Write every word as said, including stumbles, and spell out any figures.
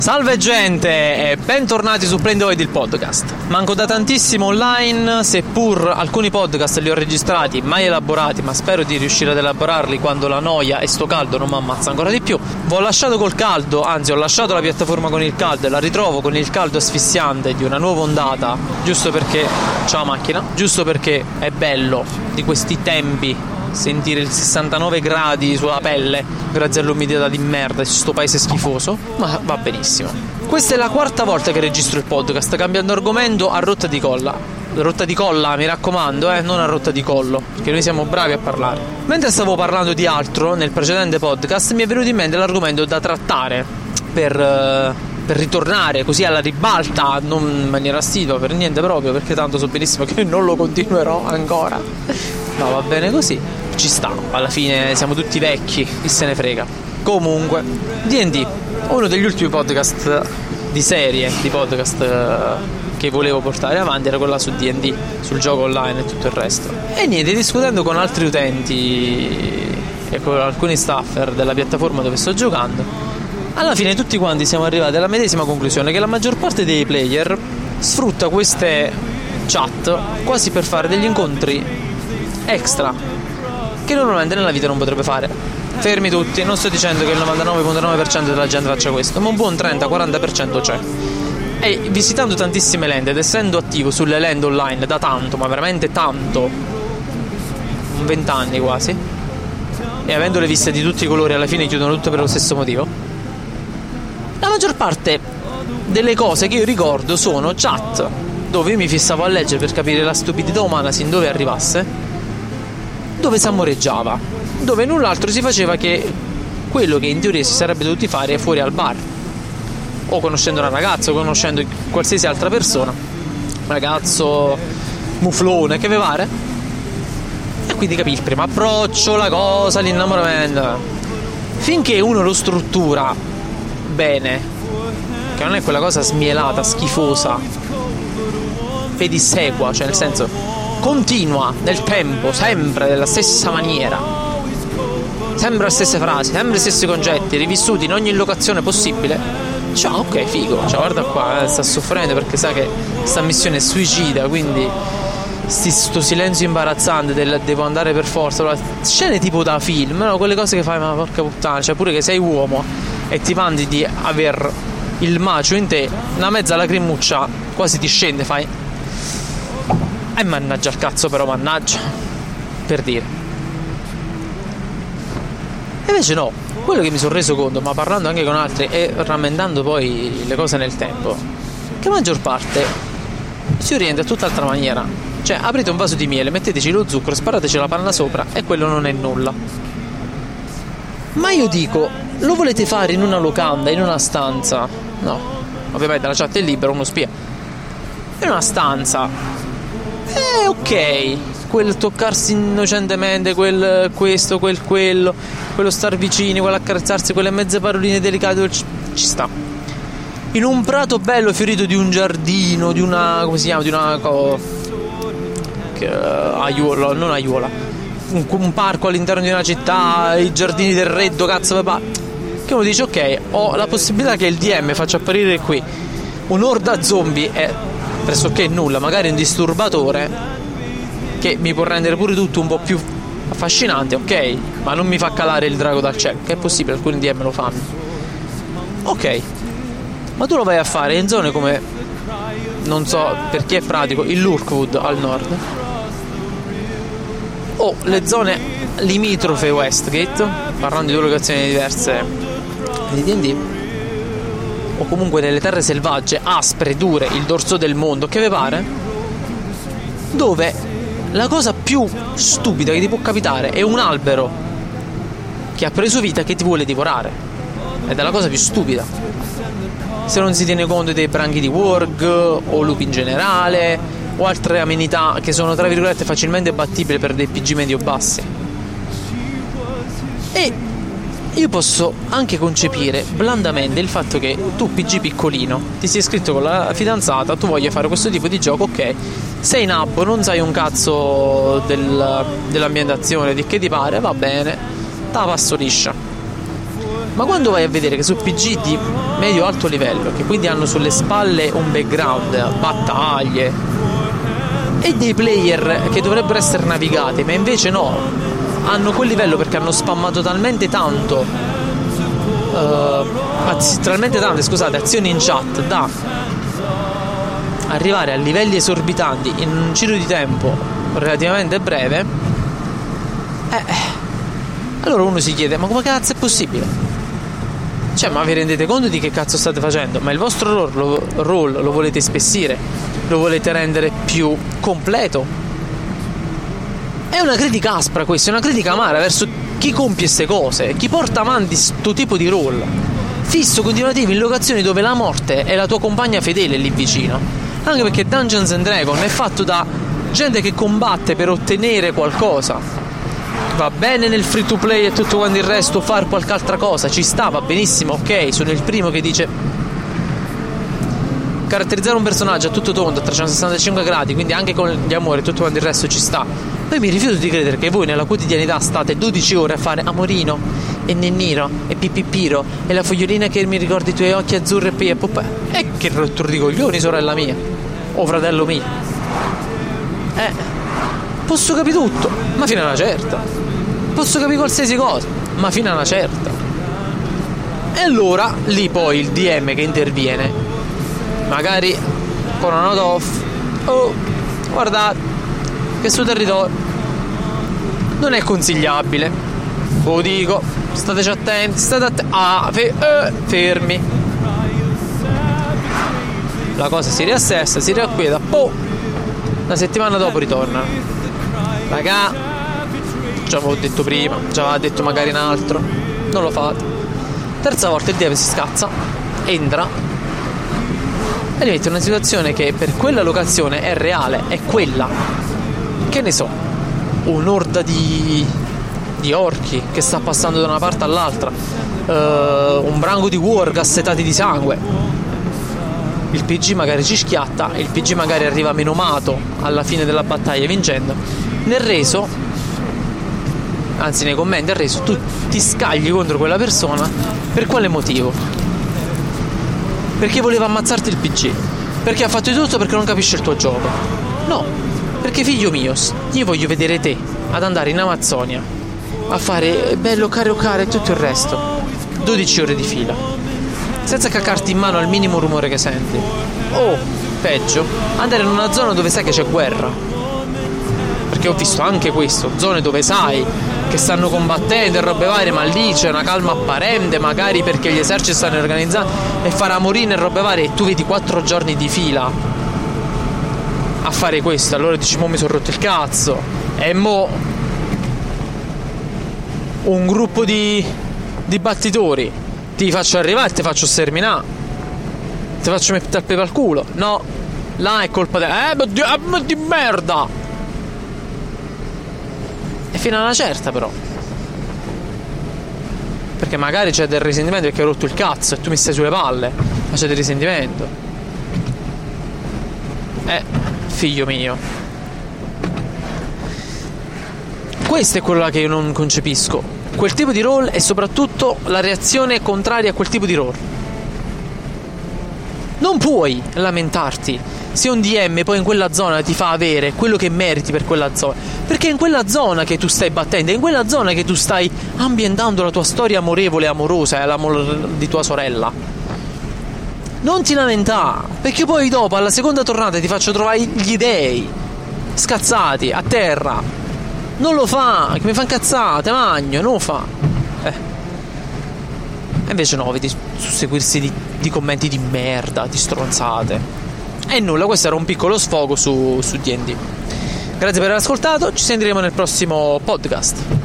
Salve gente e bentornati su Playendovide il podcast. Manco da tantissimo online, seppur alcuni podcast li ho registrati, mai elaborati, ma spero di riuscire ad elaborarli quando la noia e sto caldo non mi ammazza ancora di più. Vi ho lasciato col caldo, anzi ho lasciato la piattaforma con il caldo e la ritrovo con il caldo asfissiante di una nuova ondata, giusto perché, ciao macchina, giusto perché è bello di questi tempi sentire il sessantanove gradi sulla pelle grazie all'umidità di merda di sto paese schifoso, ma va benissimo. Questa è la quarta volta che registro il podcast cambiando argomento a rotta di colla. Rotta di colla, mi raccomando, eh, non a rotta di collo, perché noi siamo bravi a parlare. Mentre stavo parlando di altro nel precedente podcast mi è venuto in mente l'argomento da trattare per, uh, per ritornare così alla ribalta, non in maniera assidua per niente proprio, perché tanto so benissimo che non lo continuerò ancora. No, va bene così, ci sta, alla fine siamo tutti vecchi, chi se ne frega. Comunque, D and D, uno degli ultimi podcast di serie, di podcast che volevo portare avanti era quella su D and D, sul gioco online e tutto il resto. E niente, discutendo con altri utenti e con alcuni staffer della piattaforma dove sto giocando, alla fine tutti quanti siamo arrivati alla medesima conclusione, che la maggior parte dei player sfrutta queste chat quasi per fare degli incontri extra che normalmente nella vita non potrebbe fare. Fermi tutti, non sto dicendo che il novantanove virgola nove per cento della gente faccia questo, ma un buon trenta quaranta per cento c'è. E visitando tantissime land ed essendo attivo sulle land online da tanto, ma veramente tanto, venti anni quasi, e avendole viste di tutti i colori, alla fine chiudono tutto per lo stesso motivo, la maggior parte delle cose che io ricordo sono chat dove io mi fissavo a leggere per capire la stupidità umana sin dove arrivasse, dove s'amoreggiava, dove null'altro si faceva che quello che in teoria si sarebbe dovuti fare fuori al bar, o conoscendo una ragazza o conoscendo qualsiasi altra persona, ragazzo, muflone, che vi pare, e quindi capì il primo approccio, la cosa, l'innamoramento. Finché uno lo struttura bene, che non è quella cosa smielata, schifosa, pedissequa, cioè nel senso continua nel tempo, sempre della stessa maniera, sempre le stesse frasi, sempre gli stessi concetti, rivissuti in ogni locazione possibile. Ciao, ok, figo, cioè guarda qua, eh, sta soffrendo perché sa che sta missione è suicida, quindi sti, sto silenzio imbarazzante del devo andare per forza, allora, scene tipo da film, no? Quelle cose che fai, ma porca puttana, cioè pure che sei uomo e ti vanti di aver il macio in te, una mezza lacrimuccia quasi ti scende, fai e eh, mannaggia il cazzo, però mannaggia, per dire. E invece no, quello che mi sono reso conto, ma parlando anche con altri e rammentando poi le cose nel tempo, che la maggior parte si orienta a tutt'altra maniera. Cioè, aprite un vaso di miele, metteteci lo zucchero, sparateci la panna sopra e quello non è nulla. Ma io dico, lo volete fare in una locanda, in una stanza? No, ovviamente la chat è libera, uno spia. In una stanza, eh ok, quel toccarsi innocentemente, quel questo, quel quello, quello star vicini, quello accarezzarsi, quelle mezze paroline delicate, ci, ci sta. In un prato bello fiorito di un giardino, di una, come si chiama, di una co, che, uh, aiuola, non aiuola, un, un parco all'interno di una città, i giardini del Reddo, cazzo papà, che uno dice ok, ho la possibilità che il D M faccia apparire qui un'orda zombie e pressoché nulla, magari un disturbatore che mi può rendere pure tutto un po' più affascinante, ok, ma non mi fa calare il drago dal cielo, che è possibile, alcuni D M lo fanno, ok, ma tu lo vai a fare in zone come, non so, per chi è pratico, il Lurkwood al nord, o le zone limitrofe Westgate, parlando di due locazioni diverse di D and D, o comunque nelle terre selvagge, aspre, dure, il dorso del mondo, che vi pare, dove la cosa più stupida che ti può capitare è un albero che ha preso vita che ti vuole divorare. Ed è la cosa più stupida, se non si tiene conto dei branchi di warg o lupi in generale o altre amenità che sono tra virgolette facilmente battibili per dei P G medio bassi. E io posso anche concepire blandamente il fatto che tu P G piccolino ti sei iscritto con la fidanzata, tu voglia fare questo tipo di gioco, ok, sei in abbo, non sai un cazzo del, dell'ambientazione, di che ti pare, va bene, te la passo liscia. Ma quando vai a vedere che su P G di medio-alto livello, che quindi hanno sulle spalle un background, battaglie e dei player che dovrebbero essere navigati, ma invece no, hanno quel livello perché hanno spammato talmente tanto uh, az- talmente tante scusate azioni in chat da arrivare a livelli esorbitanti in un giro di tempo relativamente breve, eh, allora uno si chiede: ma come cazzo è possibile? Cioè, ma vi rendete conto di che cazzo state facendo? Ma il vostro role lo, role lo volete spessire? Lo volete rendere più completo? È una critica aspra questa, è una critica amara verso chi compie queste cose, chi porta avanti sto tipo di role fisso continuativo in locazioni dove la morte è la tua compagna fedele lì vicino. Anche perché Dungeons and Dragons è fatto da gente che combatte per ottenere qualcosa. Va bene nel free to play e tutto quanto il resto far qualche altra cosa, ci sta, va benissimo, ok, sono il primo che dice caratterizzare un personaggio a tutto tondo a trecentosessantacinque gradi, quindi anche con gli amori e tutto quanto il resto ci sta. Poi mi rifiuto di credere che voi nella quotidianità state dodici ore a fare amorino e nennino e pipipiro e la fogliolina che mi ricordi i tuoi occhi azzurri e poi e popè. E che rottura di coglioni, sorella mia o fratello mio. Eh, posso capire tutto, ma fino a una certa. Posso capire qualsiasi cosa, ma fino a una certa. E allora lì poi il D M che interviene, magari con una nota off: oh, guardate che sul territorio non è consigliabile, ve lo dico, stateci attenti, state attenti. Ah, fe- eh, fermi. La cosa si riassesta, si riacquieta, po', una settimana dopo ritornano. Raga, già avevo detto prima, già aveva detto magari un altro, non lo fate. Terza volta il D M si scazza, entra e li mette in una situazione che per quella locazione è reale, è quella, che ne so, un'orda di di orchi che sta passando da una parte all'altra, uh, un branco di warg assetati di sangue. Il P G magari ci schiatta, il P G magari arriva menomato alla fine della battaglia vincendo. Nel reso, anzi nei commenti al reso, tu ti scagli contro quella persona. Per quale motivo? Perché voleva ammazzarti il P G, perché ha fatto di tutto perché non capisce il tuo gioco. No, perché figlio mio, io voglio vedere te ad andare in Amazzonia a fare bello caro caro e tutto il resto dodici ore di fila senza caccarti in mano al minimo rumore che senti, o peggio andare in una zona dove sai che c'è guerra, perché ho visto anche questo, zone dove sai che stanno combattendo e robe varie, ma lì c'è una calma apparente, magari perché gli eserciti stanno organizzando e farà morire e robe varie, e tu vedi quattro giorni di fila a fare questo. Allora dici: mo mi sono rotto il cazzo, e mo un gruppo di di battitori ti faccio arrivare e ti faccio sterminare, ti faccio mettere il pepe al culo. No, là è colpa di eh ma di, eh, ma di merda. E fino a una certa però, perché magari c'è del risentimento perché hai rotto il cazzo e tu mi stai sulle palle, ma c'è del risentimento. Eh, figlio mio, questo è quello che io non concepisco, quel tipo di role, e soprattutto la reazione contraria a quel tipo di role. Non puoi lamentarti se un D M poi in quella zona ti fa avere quello che meriti per quella zona, perché è in quella zona che tu stai battendo, è in quella zona che tu stai ambientando la tua storia amorevole e amorosa e l'amore di tua sorella. Non ti lamentare, perché poi dopo alla seconda tornata ti faccio trovare gli dei scazzati a terra. Non lo fa, che mi fa incazzate, magno, non lo fa. Eh. E invece no, vedi susseguirsi di, di commenti di merda, di stronzate. E nulla, questo era un piccolo sfogo su, su D and D. Grazie per aver ascoltato, ci sentiremo nel prossimo podcast.